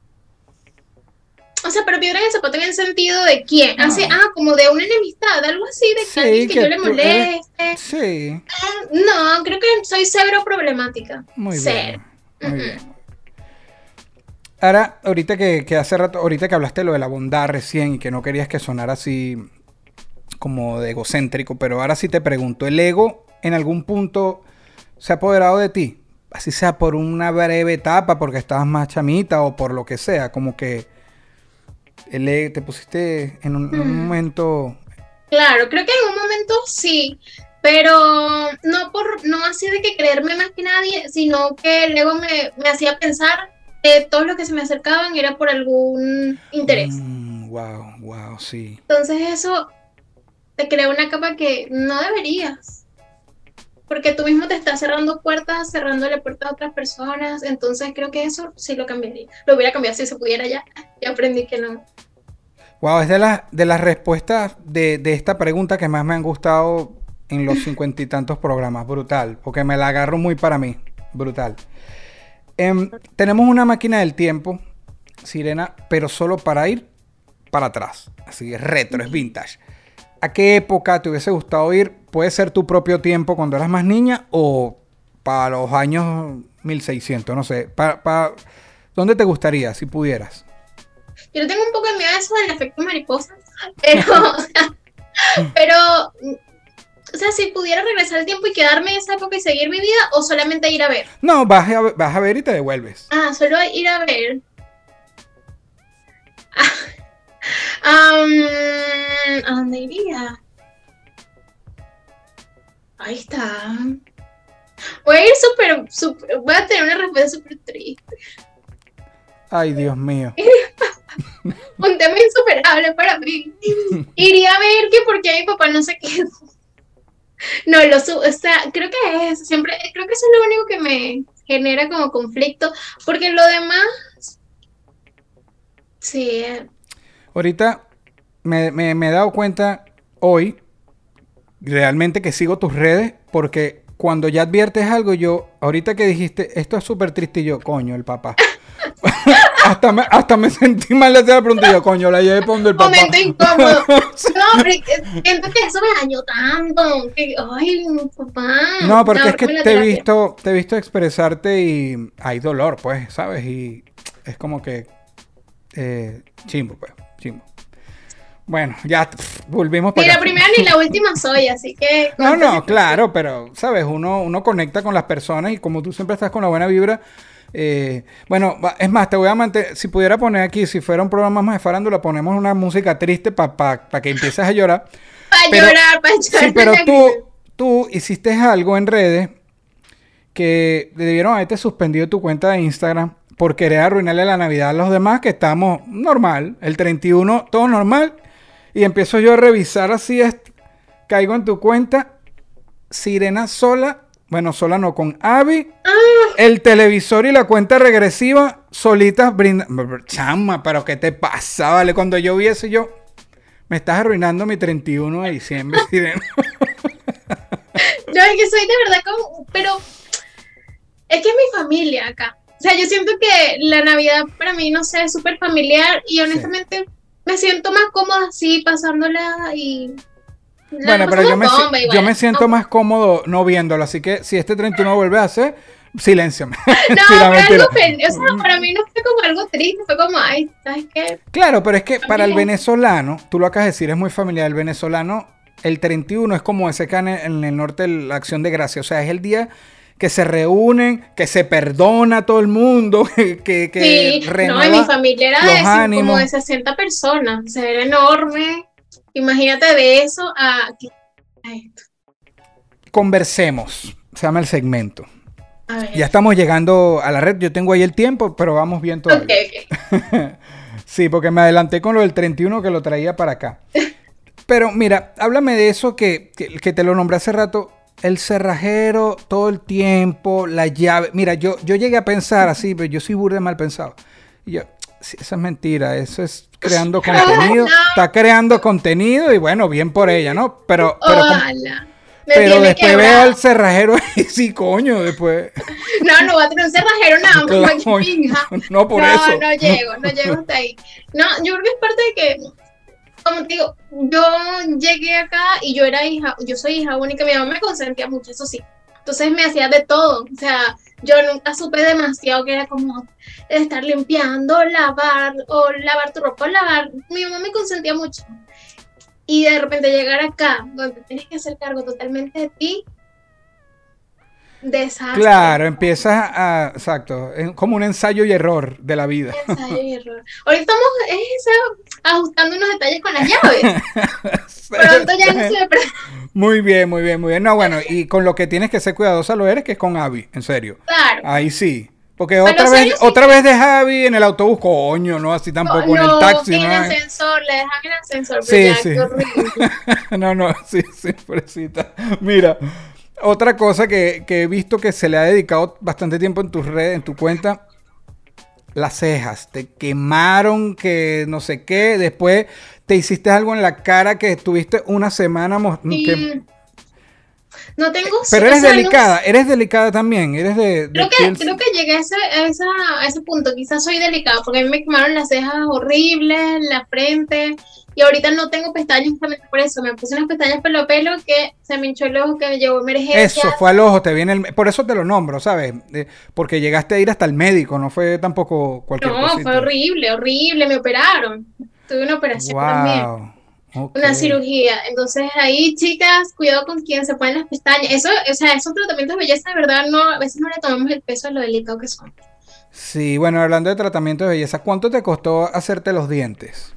O sea, pero piedra en el zapato en el sentido de quién, así, como de una enemistad, algo así, de que Sí, alguien que que yo le tú moleste. Sí, No, creo que soy cero problemática. muy Cero. bien. Muy bien. Ahora, ahorita que hace rato, ahorita que hablaste de lo de la bondad recién y que no querías que sonara así como de egocéntrico, pero ahora sí te pregunto, ¿el ego en algún punto se ha apoderado de ti? Así sea por una breve etapa, porque estabas más chamita o por lo que sea, como que te pusiste en un momento... Claro, creo que en un momento sí, pero no así de que creerme más que nadie, sino que luego me hacía pensar que todos los que se me acercaban era por algún interés. Wow, sí. Entonces eso te crea una capa que no deberías, porque tú mismo te estás cerrando puertas, cerrándole puertas a otras personas. Entonces creo que eso sí lo cambiaría. Lo hubiera cambiado si se pudiera ya. Ya aprendí que no. Wow, es de las respuestas de esta pregunta que más me han gustado en los 50 y tantos programas. Brutal, porque me la agarro muy para mí. Brutal. Tenemos una máquina del tiempo, Sirena, pero solo para ir para atrás. Así es retro, es vintage. ¿A qué época te hubiese gustado ir? Puede ser tu propio tiempo cuando eras más niña o para los años 1600, no sé. ¿Dónde te gustaría, si pudieras? Yo tengo un poco de miedo a eso del efecto mariposa, pero, o sea, si pudiera regresar el tiempo y quedarme en esa época y seguir mi vida, o solamente ir a ver. No, vas a ver y te devuelves. Solo ir a ver. ¿A dónde iría? Ahí está. Voy a ir voy a tener una respuesta súper triste. Ay, Dios mío. Un tema insuperable para mí. Iría a ver que por qué mi papá no se quedó. No, o sea, creo que eso es lo único que me genera como conflicto, porque lo demás, sí. Ahorita me he dado cuenta hoy, realmente que sigo tus redes, porque cuando ya adviertes algo, ahorita que dijiste, esto es súper triste, y yo, coño, el papá. hasta me sentí mal de hacer la pregunta y yo, coño, la llevé para donde el papá. Momento incómodo. No, pero siento que eso me dañó tanto. Ay, papá. No, porque es que te he visto expresarte y hay dolor, pues, ¿sabes? Y es como que chimbo. Bueno, ya volvimos para ni la primera ni la última soy, así que... No, claro, pero, ¿sabes? Uno conecta con las personas y como tú siempre estás con la buena vibra... bueno, es más, te voy a mantener, si pudiera poner aquí, si fuera un programa más de farándula, ponemos una música triste para que empieces a llorar. Para llorar. Sí, pero tú hiciste algo en redes que debieron haberte suspendido tu cuenta de Instagram por querer arruinarle la Navidad a los demás, que estamos normal, el 31, todo normal, y empiezo yo a revisar así, caigo en tu cuenta, Sirena sola. Bueno, sola no, con Abby, el televisor y la cuenta regresiva solitas brindan. Chama, pero ¿qué te pasa? Vale, cuando yo vi eso, me estás arruinando mi 31 de diciembre, Sirena. No, es que soy de verdad como... Pero es que es mi familia acá. O sea, yo siento que la Navidad para mí, no sé, es súper familiar y honestamente me siento más cómoda así, pasándola y... Bueno, pero yo me siento más cómodo no viéndolo, así que si este 31 vuelve a hacer, silénciame. No, pero o sea, para mí no fue como algo triste, fue como, ay, ¿sabes qué? Claro, pero es que para el venezolano, tú lo acabas de decir, es muy familiar, el venezolano, el 31 es como ese que en el norte, la Acción de Gracia, o sea, es el día que se reúnen, que se perdona a todo el mundo, que sí, renueva no, en mi familia era ánimos. Como de 60 personas, o sea, era enorme. Imagínate de eso a esto. Conversemos, se llama el segmento. A ver. Ya estamos llegando a la red, yo tengo ahí el tiempo, pero vamos bien todavía. Okay. Sí, porque me adelanté con lo del 31 que lo traía para acá. Pero mira, háblame de eso que te lo nombré hace rato, el cerrajero, todo el tiempo, la llave. Mira, yo llegué a pensar así, pero yo soy burda mal pensado. Y yo, sí, esa es mentira, eso es creando contenido, no. Está creando contenido y bueno, bien por ella, ¿no? Pero después quebrada. veo al cerrajero y sí, coño, después. No va a tener un cerrajero nada más. No, por eso. No llego hasta ahí. No, yo creo que es parte de que, como te digo, yo llegué acá y yo soy hija única, mi mamá me consentía mucho, eso sí. Entonces me hacía de todo, o sea, yo nunca supe demasiado que era como estar limpiando, lavar tu ropa, mi mamá me consentía mucho. Y de repente llegar acá, donde tienes que hacer cargo totalmente de ti, desastre. Claro, empiezas a... Exacto, es como un ensayo y error de la vida. Ensayo y error. Ahorita estamos ajustando unos detalles con las llaves. Pronto ya no se me Muy bien, muy bien, muy bien. No, bueno, y con lo que tienes que ser cuidadosa lo eres, que es con Abby, en serio. Claro. Ahí sí. Porque Bueno, otra vez, serio, sí. otra vez de Javi en el autobús, coño, no así tampoco en el taxi, en ¿no? el ascensor, le dejan en el ascensor, Sí, pero ya, sí. qué horrible. No, sí, pobrecita. Mira, otra cosa que he visto que se le ha dedicado bastante tiempo en tus redes, en tu cuenta, las cejas. Te quemaron, que no sé qué. Después te hiciste algo en la cara que estuviste una semana. Y no tengo... Pero o eres sea, no eres delicada también. Eres de creo piel- que llegué a ese punto. Quizás soy delicada porque a mí me quemaron las cejas horribles, la frente. Y ahorita no tengo pestañas justamente por eso. Me puse unas pestañas pelo a pelo que se me hinchó el ojo, que me llevó emergencia. Eso, fue al ojo, te viene por eso te lo nombro, ¿sabes? Porque llegaste a ir hasta el médico, no fue tampoco cualquier No, cosita. fue horrible, horrible. Me operaron. Tuve una operación también. Wow. Ok. Una cirugía. Entonces ahí, chicas, cuidado con quien se ponen las pestañas. Eso, o sea, esos tratamientos de belleza, de verdad, no, a veces no le tomamos el peso a lo delicado que son. Sí, bueno, hablando de tratamiento de belleza, ¿cuánto te costó hacerte los dientes?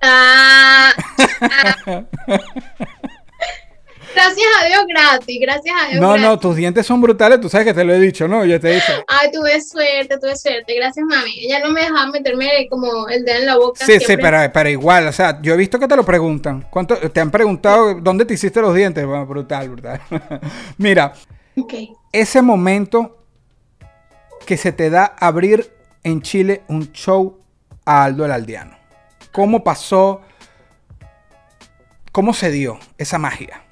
Gracias a Dios, gratis, gracias a Dios. No, gratis. no, tus dientes son brutales, tú sabes que te lo he dicho, ¿no? Yo te he dicho. Ay, tuve suerte, gracias mami. Ella no me dejaba meterme como el dedo en la boca. Sí, siempre. pero igual, o sea, yo he visto que te lo preguntan. ¿Cuánto te han preguntado dónde te hiciste los dientes? Bueno, brutal. Mira, Ok. ese momento que se te da abrir en Chile un show a Aldo el Aldeano. ¿Cómo pasó? ¿Cómo se dio esa magia?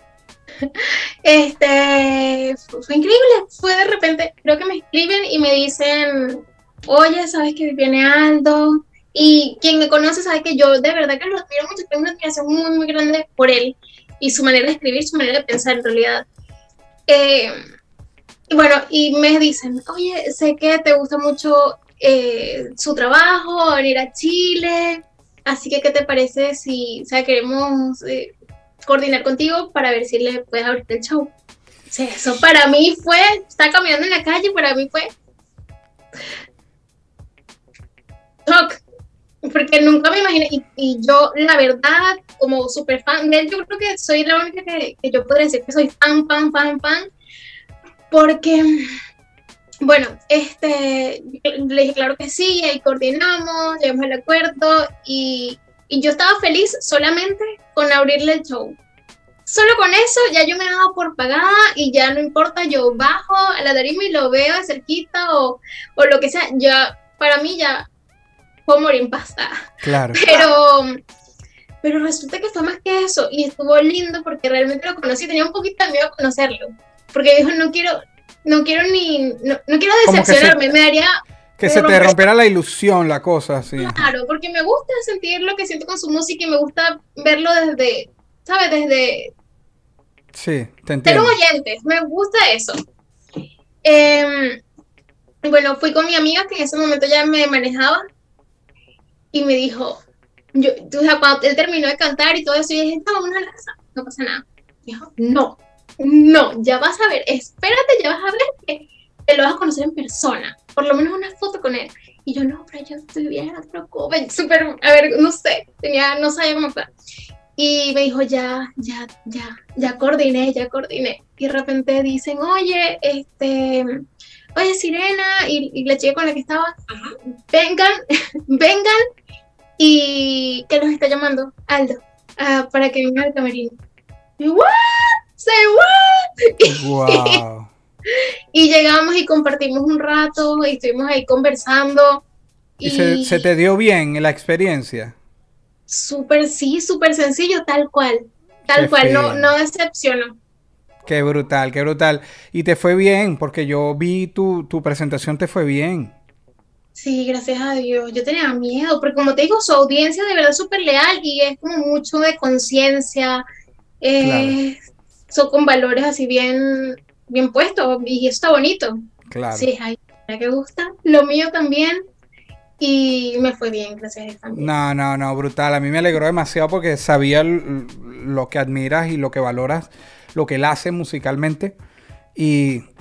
Fue increíble, fue de repente, creo que me escriben y me dicen, oye, ¿sabes que viene Aldo? Y quien me conoce sabe que yo de verdad que lo admiro mucho, tengo una admiración muy, muy grande por él y su manera de escribir, su manera de pensar en realidad. Y bueno, y me dicen, oye, sé que te gusta mucho su trabajo, venir a Chile, así que ¿qué te parece si, o sea, queremos coordinar contigo para ver si le puedes abrir el show? O sea, eso para mí fue, estaba caminando en la calle, para mí fue shock, porque nunca me imaginé, y yo la verdad, como súper fan de él, yo creo que soy la única que yo podría decir que soy fan, porque, bueno, le dije claro que sí, ahí coordinamos, llegamos al acuerdo, y yo estaba feliz solamente con abrirle el show. Solo con eso ya yo me daba por pagada y ya no importa, yo bajo a la tarima y lo veo de cerquita o lo que sea, ya para mí ya puedo morir en paz. Claro. Pero resulta que fue más que eso y estuvo lindo porque realmente lo conocí, tenía un poquito de miedo a conocerlo, porque dijo no quiero decepcionarme, me daría... Que se te rompiera la ilusión, la cosa, así. Claro, porque me gusta sentir lo que siento con su música y me gusta verlo desde, ¿sabes? Desde... Sí, te ser entiendo. un oyente, me gusta eso. Bueno, fui con mi amiga que en ese momento ya me manejaba y me dijo, o sea, cuando él terminó de cantar y todo eso, yo dije, vamos a la casa, no pasa nada. Dijo, no, ya vas a ver, espérate, ya vas a ver que te lo vas a conocer en persona, por lo menos una foto con él. Y yo, no, pero yo estoy bien, no te preocupes, súper, a ver, no sé, no sabía cómo fue. Y me dijo, ya coordiné. Y de repente dicen, oye, Sirena, y la chica con la que estaba, vengan, y que nos está llamando Aldo, para que venga al camerino. Y, ¿what? Say what? Wow. Y llegamos y compartimos un rato, y estuvimos ahí conversando. ¿Y se te dio bien la experiencia? Súper sencillo, tal cual, fino. no decepcionó. Qué brutal. Y te fue bien, porque yo vi tu presentación, te fue bien. Sí, gracias a Dios. Yo tenía miedo, porque como te digo, su audiencia de verdad es súper leal y es como mucho de conciencia, Claro. son con valores así bien puestos y eso está bonito. Claro. Sí, ay, que gusta. Lo mío también. Y me fue bien, gracias a Dios también. No, brutal. A mí me alegró demasiado porque sabía lo que admiras y lo que valoras, lo que él hace musicalmente. Y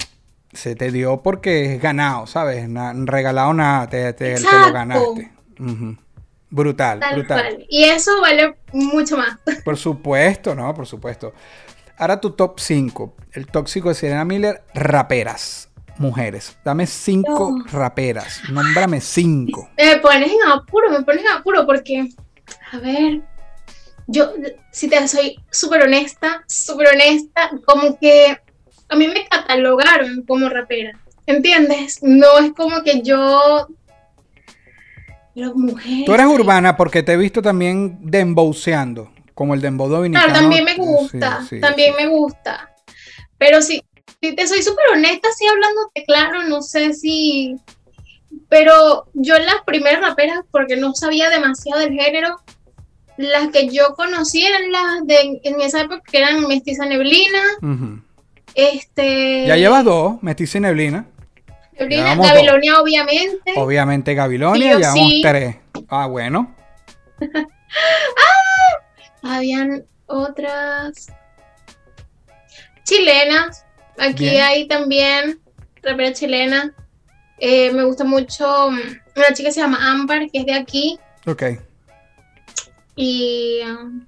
Se te dio porque es ganado, ¿sabes? Regalado nada, te lo Exacto. ganaste. Ujú. Brutal, Tal brutal. cual. Y eso vale mucho más. Por supuesto, ¿no? Por supuesto. Ahora tu top 5. El tóxico de Sirena Miller, raperas, mujeres. Dame 5 No. raperas. Nómbrame 5. Me pones en apuro porque, a ver, yo, si te soy súper honesta, como que a mí me catalogaron como rapera, ¿entiendes? No es como que yo, las mujeres... Tú eres urbana porque te he visto también dembowceando, como el dembow dominicano. Claro, también me gusta, Sí, sí, también sí. me gusta. Pero si te soy súper honesta, sí hablándote claro, no sé si... Pero yo las primeras raperas, porque no sabía demasiado del género, las que yo conocí eran las de en esa época, que eran Mestiza Neblina, Ujú. este... Ya llevas 2, Mestiza y Neblina. Neblina, llevamos Gabilonia, obviamente. Obviamente Gabilonia, Sí o llevamos sí. 3. Ah, bueno. Habían otras chilenas. Aquí Bien. hay también rapera chilena. Me gusta mucho una chica que se llama Ámbar, que es de aquí. Ok. Y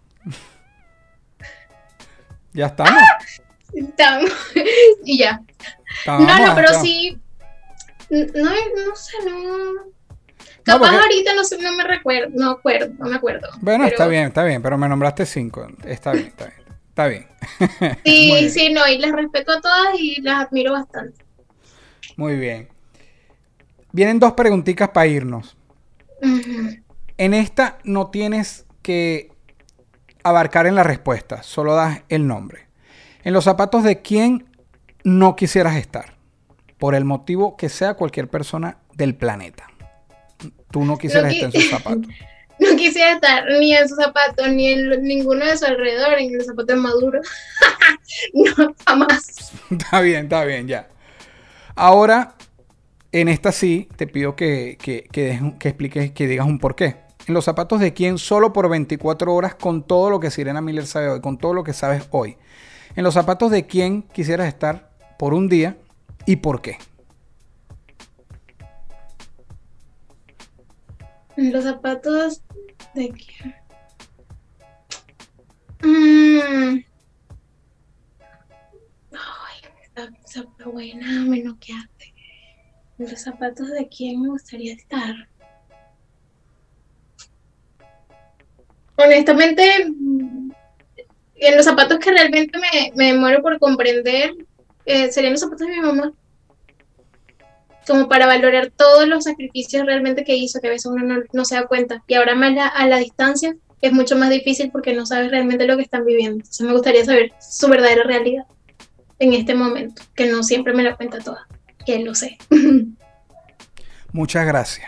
Ya estamos. tam- y ya. Estamos, No, pero estamos. sí. No sé, no. No, Capaz porque- ahorita no sé, no me acuerdo. Bueno, Pero está bien, pero me nombraste 5. Está bien, está bien. Está bien. Muy Sí, bien. sí, no, y las respeto a todas y las admiro bastante. Muy bien. Vienen 2 preguntitas para irnos. Ujú. En esta no tienes que abarcar en la respuesta, solo das el nombre. En los zapatos de quién no quisieras estar, por el motivo que sea cualquier persona del planeta. Tú no quisieras No qui- estar en sus zapatos. No quisiera estar ni en sus zapatos, ni en ninguno de su alrededor, en el zapato de Maduro. No, jamás. Está bien, ya. Ahora, en esta sí, te pido que expliques, que digas un porqué. En los zapatos de quién solo por 24 horas con todo lo que Sirena Miller sabe hoy, con todo lo que sabes hoy. En los zapatos de quién quisieras estar por un día y por qué. Los zapatos de quién. Ay, está buena, me noqueaste. Los zapatos de quién me gustaría estar. Honestamente, en los zapatos que realmente me muero por comprender, serían los zapatos de mi mamá. Como para valorar todos los sacrificios realmente que hizo, que a veces uno no se da cuenta. Y ahora más a la distancia es mucho más difícil porque no sabes realmente lo que están viviendo. Entonces me gustaría saber su verdadera realidad en este momento, que no siempre me la cuenta toda, que lo sé. Muchas gracias.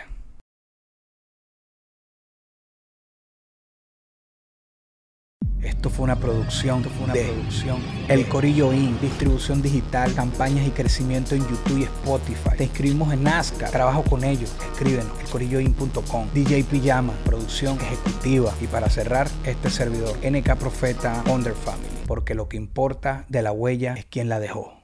Esto fue una producción, de El Corillo Inc., distribución digital, campañas y crecimiento en YouTube y Spotify. Te inscribimos en NASCAR, trabajo con ellos, escriben elcorilloinc.com. DJ Pijama, producción ejecutiva. Y para cerrar, este servidor, NK Profeta Under Family, porque lo que importa de la huella es quién la dejó.